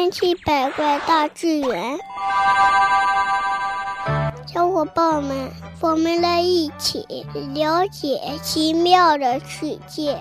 千奇百怪大自然，小伙伴们，我们来一起了解奇妙的世界。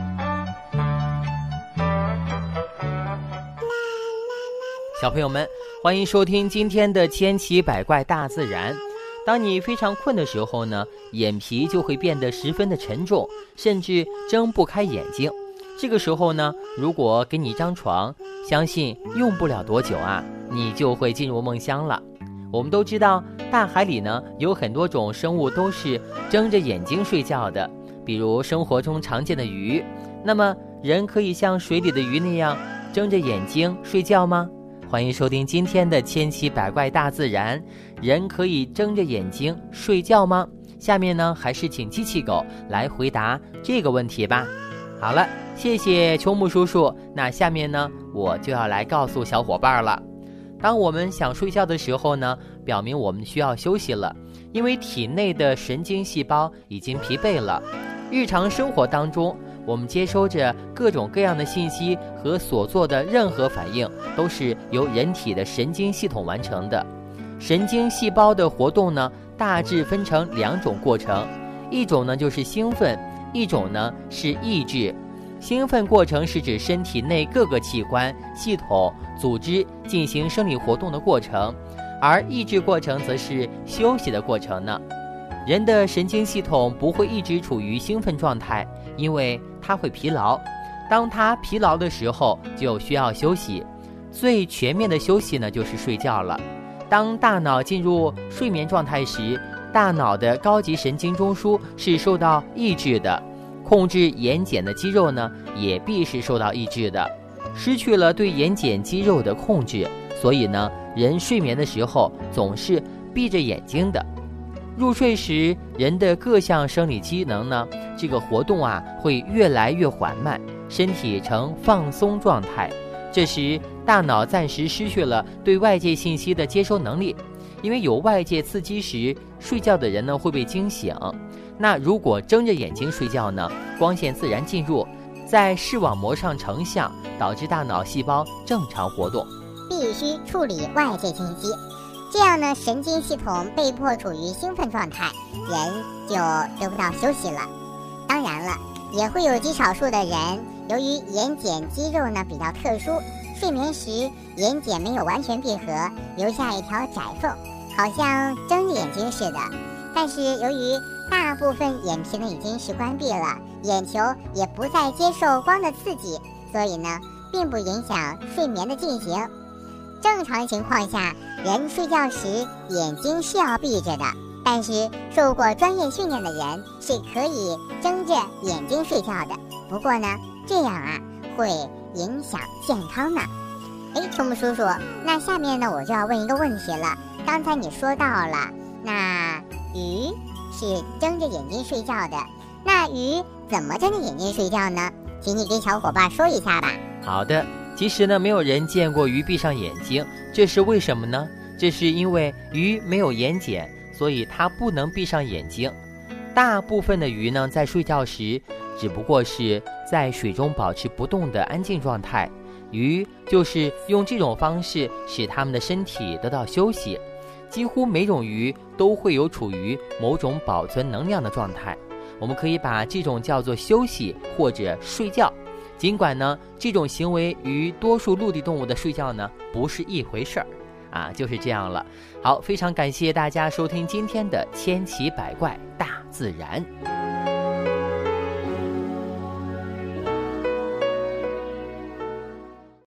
小朋友们，欢迎收听今天的千奇百怪大自然。当你非常困的时候呢，眼皮就会变得十分的沉重，甚至睁不开眼睛。这个时候呢，如果给你一张床，相信用不了多久啊，你就会进入梦乡了。我们都知道，大海里呢有很多种生物都是睁着眼睛睡觉的，比如生活中常见的鱼。那么，人可以像水里的鱼那样睁着眼睛睡觉吗？欢迎收听今天的千奇百怪大自然。人可以睁着眼睛睡觉吗？下面呢，还是请机器狗来回答这个问题吧。好了，谢谢秋木叔叔。那下面呢，我就要来告诉小伙伴了。当我们想睡觉的时候呢，表明我们需要休息了，因为体内的神经细胞已经疲惫了。日常生活当中，我们接收着各种各样的信息和所做的任何反应都是由人体的神经系统完成的。神经细胞的活动呢，大致分成两种过程，一种呢就是兴奋，一种呢是抑制。兴奋过程是指身体内各个器官、系统、组织进行生理活动的过程，而抑制过程则是休息的过程呢。人的神经系统不会一直处于兴奋状态，因为它会疲劳。当它疲劳的时候，就需要休息。最全面的休息呢，就是睡觉了。当大脑进入睡眠状态时，大脑的高级神经中枢是受到抑制的，控制眼睑的肌肉呢，也必是受到抑制的。失去了对眼睑肌肉的控制，所以呢，人睡眠的时候总是闭着眼睛的。入睡时，人的各项生理机能呢，这个活动啊，会越来越缓慢，身体呈放松状态。这时，大脑暂时失去了对外界信息的接收能力，因为有外界刺激时，睡觉的人呢会被惊醒。那如果睁着眼睛睡觉呢，光线自然进入，在视网膜上成像，导致大脑细胞正常活动。 必须处理外界信息，这样呢，神经系统被迫处于兴奋状态，人就得不到休息了。当然了，也会有极少数的人，由于眼睑肌肉呢比较特殊，睡眠时眼睑没有完全闭合，留下一条窄缝，好像睁着眼睛似的。但是由于大部分眼皮呢已经是关闭了，眼球也不再接受光的刺激，所以呢，并不影响睡眠的进行。正常情况下，人睡觉时眼睛是要闭着的，但是受过专业训练的人是可以睁着眼睛睡觉的。不过呢，这样啊会影响健康呢。秋木叔叔，那下面呢我就要问一个问题了。刚才你说到了，那鱼是睁着眼睛睡觉的，那鱼怎么睁着眼睛睡觉呢？请你给小伙伴说一下吧。 好的，其实呢，没有人见过鱼闭上眼睛，这是为什么呢？这是因为鱼没有眼睑，所以它不能闭上眼睛。大部分的鱼呢，在睡觉时只不过是在水中保持不动的安静状态，鱼就是用这种方式使它们的身体得到休息。几乎每种鱼都会有处于某种保存能量的状态，我们可以把这种叫做休息或者睡觉。尽管呢，这种行为与多数陆地动物的睡觉呢不是一回事儿啊，就是这样了。好，非常感谢大家收听今天的千奇百怪大自然。